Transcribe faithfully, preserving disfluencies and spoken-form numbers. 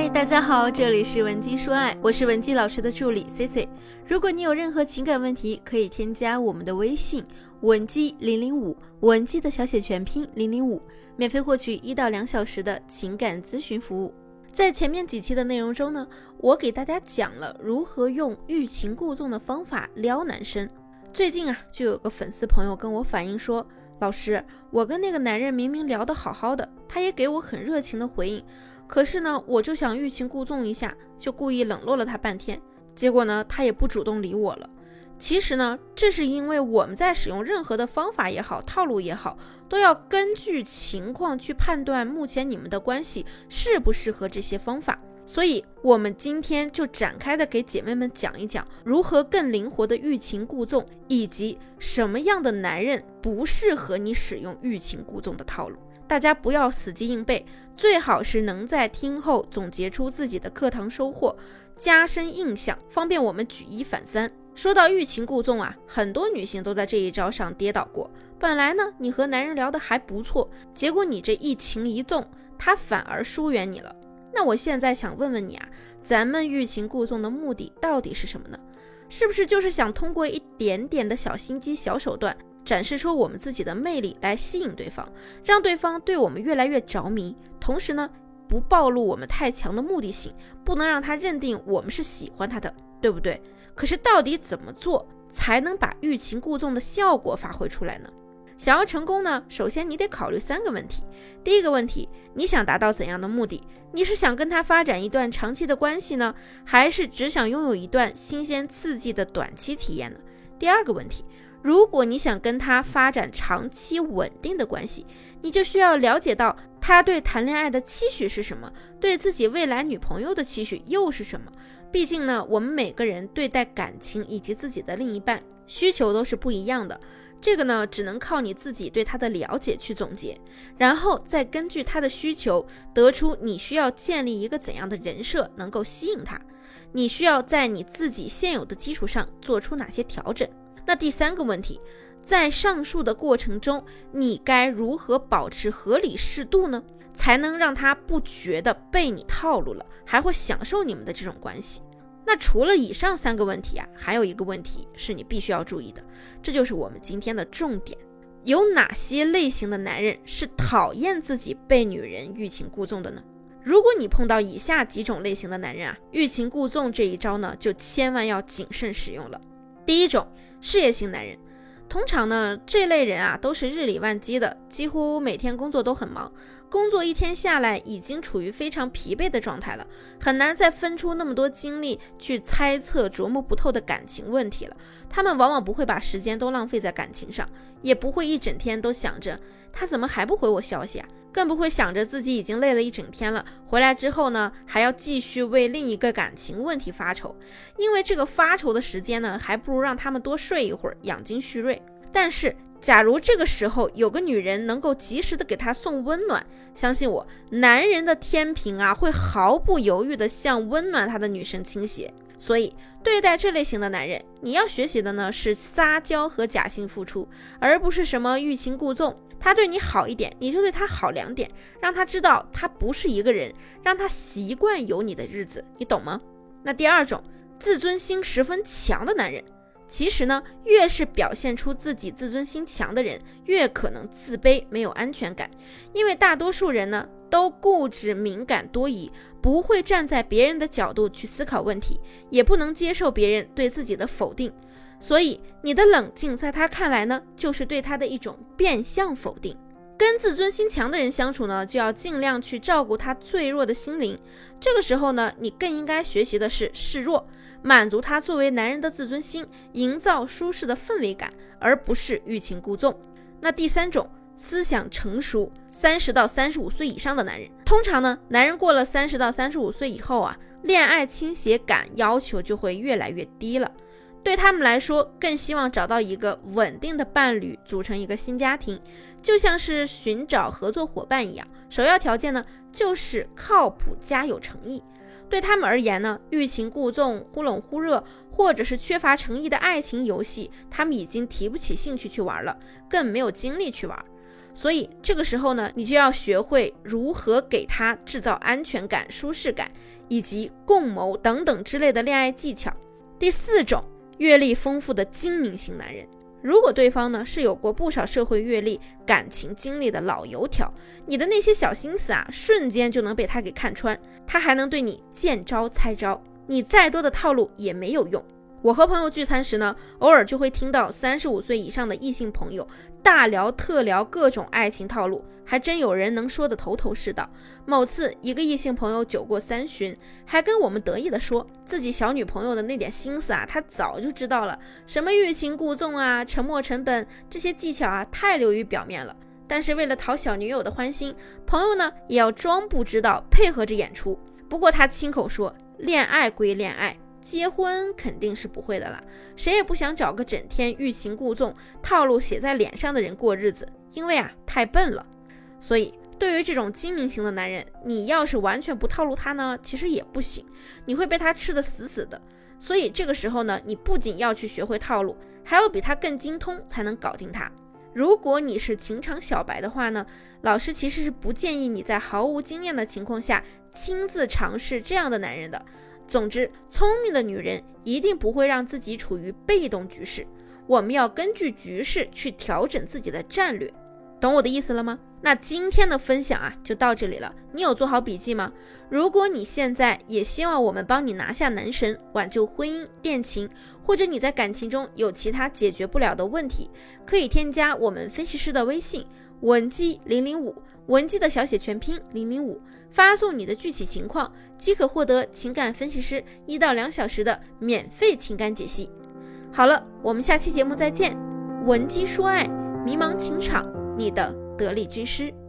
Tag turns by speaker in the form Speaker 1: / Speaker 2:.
Speaker 1: 嗨，大家好，这里是文姬说爱，我是文姬老师的助理 C C。如果你有任何情感问题，可以添加我们的微信文姬零零五，文姬的小写全拼零零五，免费获取一到两小时的情感咨询服务。在前面几期的内容中呢，我给大家讲了如何用欲擒故纵的方法撩男生。最近啊，就有个粉丝朋友跟我反映说，老师，我跟那个男人明明聊得好好的，他也给我很热情的回应，可是呢，我就想欲擒故纵一下，就故意冷落了他半天，结果呢，他也不主动理我了。其实呢，这是因为我们在使用任何的方法也好，套路也好，都要根据情况去判断目前你们的关系适不适合这些方法。所以我们今天就展开的给姐妹们讲一讲如何更灵活的欲擒故纵，以及什么样的男人不适合你使用欲擒故纵的套路。大家不要死记硬背，最好是能在听后总结出自己的课堂收获，加深印象，方便我们举一反三。说到欲擒故纵啊，很多女性都在这一招上跌倒过。本来呢，你和男人聊得还不错，结果你这一擒一纵，他反而疏远你了。那我现在想问问你啊，咱们欲擒故纵的目的到底是什么呢？是不是就是想通过一点点的小心机、小手段，展示出我们自己的魅力来吸引对方，让对方对我们越来越着迷，同时呢，不暴露我们太强的目的性，不能让他认定我们是喜欢他的，对不对？可是到底怎么做才能把欲擒故纵的效果发挥出来呢？想要成功呢，首先你得考虑三个问题。第一个问题，你想达到怎样的目的？你是想跟他发展一段长期的关系呢，还是只想拥有一段新鲜刺激的短期体验呢？第二个问题，如果你想跟他发展长期稳定的关系，你就需要了解到他对谈恋爱的期许是什么，对自己未来女朋友的期许又是什么。毕竟呢，我们每个人对待感情以及自己的另一半需求都是不一样的，这个呢，只能靠你自己对他的了解去总结，然后再根据他的需求得出你需要建立一个怎样的人设能够吸引他，你需要在你自己现有的基础上做出哪些调整。那第三个问题，在上述的过程中，你该如何保持合理适度呢？才能让他不觉得被你套路了，还会享受你们的这种关系。那除了以上三个问题啊，还有一个问题是你必须要注意的，这就是我们今天的重点。有哪些类型的男人是讨厌自己被女人欲擒故纵的呢？如果你碰到以下几种类型的男人啊，欲擒故纵这一招呢，就千万要谨慎使用了。第一种，事业型男人。通常呢，这类人啊都是日理万机的，几乎每天工作都很忙，工作一天下来已经处于非常疲惫的状态了，很难再分出那么多精力去猜测琢磨不透的感情问题了。他们往往不会把时间都浪费在感情上，也不会一整天都想着他怎么还不回我消息啊，更不会想着自己已经累了一整天了，回来之后呢，还要继续为另一个感情问题发愁，因为这个发愁的时间呢，还不如让他们多睡一会儿，养精蓄锐。但是假如这个时候有个女人能够及时的给他送温暖，相信我，男人的天平啊会毫不犹豫的向温暖他的女生倾斜。所以对待这类型的男人，你要学习的呢是撒娇和假性付出，而不是什么欲擒故纵。他对你好一点，你就对他好两点，让他知道他不是一个人，让他习惯有你的日子，你懂吗？那第二种，自尊心十分强的男人。其实呢，越是表现出自己自尊心强的人，越可能自卑，没有安全感。因为大多数人呢，都固执、敏感、多疑，不会站在别人的角度去思考问题，也不能接受别人对自己的否定。所以你的冷静在他看来呢，就是对他的一种变相否定。跟自尊心强的人相处呢，就要尽量去照顾他脆弱的心灵。这个时候呢，你更应该学习的是示弱，满足他作为男人的自尊心，营造舒适的氛围感，而不是欲擒故纵。那第三种，思想成熟，三十到三十五岁以上的男人。通常呢，男人过了三十到三十五岁以后啊，恋爱倾斜感要求就会越来越低了。对他们来说，更希望找到一个稳定的伴侣，组成一个新家庭，就像是寻找合作伙伴一样。首要条件呢，就是靠谱加有诚意。对他们而言呢，欲擒故纵、忽冷忽热，或者是缺乏诚意的爱情游戏，他们已经提不起兴趣去玩了，更没有精力去玩。 所以这个时候呢，你就要学会如何给他制造安全感、舒适感，以及共谋等等之类的恋爱技巧。第四种，阅历丰富的精明型男人。如果对方呢是有过不少社会阅历、感情经历的老油条，你的那些小心思啊，瞬间就能被他给看穿，他还能对你见招拆招，你再多的套路也没有用。我和朋友聚餐时呢，偶尔就会听到三十五岁以上的异性朋友大聊特聊各种爱情套路，还真有人能说得头头是道。某次一个异性朋友酒过三巡，还跟我们得意地说自己小女朋友的那点心思啊，他早就知道了，什么欲擒故纵啊、沉没成本，这些技巧啊太流于表面了。但是为了讨小女友的欢心，朋友呢也要装不知道，配合着演出。不过他亲口说，恋爱归恋爱，结婚肯定是不会的啦，谁也不想找个整天欲擒故纵、套路写在脸上的人过日子，因为啊太笨了。所以对于这种精明型的男人，你要是完全不套路他呢，其实也不行，你会被他吃得死死的。所以这个时候呢，你不仅要去学会套路，还要比他更精通，才能搞定他。如果你是情场小白的话呢，老师其实是不建议你在毫无经验的情况下亲自尝试这样的男人的。总之，聪明的女人一定不会让自己处于被动局势，我们要根据局势去调整自己的战略，懂我的意思了吗？那今天的分享啊，就到这里了。你有做好笔记吗？如果你现在也希望我们帮你拿下男神，挽救婚姻、恋情，或者你在感情中有其他解决不了的问题，可以添加我们分析师的微信文姬零零五，文姬的小写全拼零零五，发送你的具体情况，即可获得情感分析师一到两小时的免费情感解析。好了，我们下期节目再见。文姬说爱，迷茫情场，你的得力军师。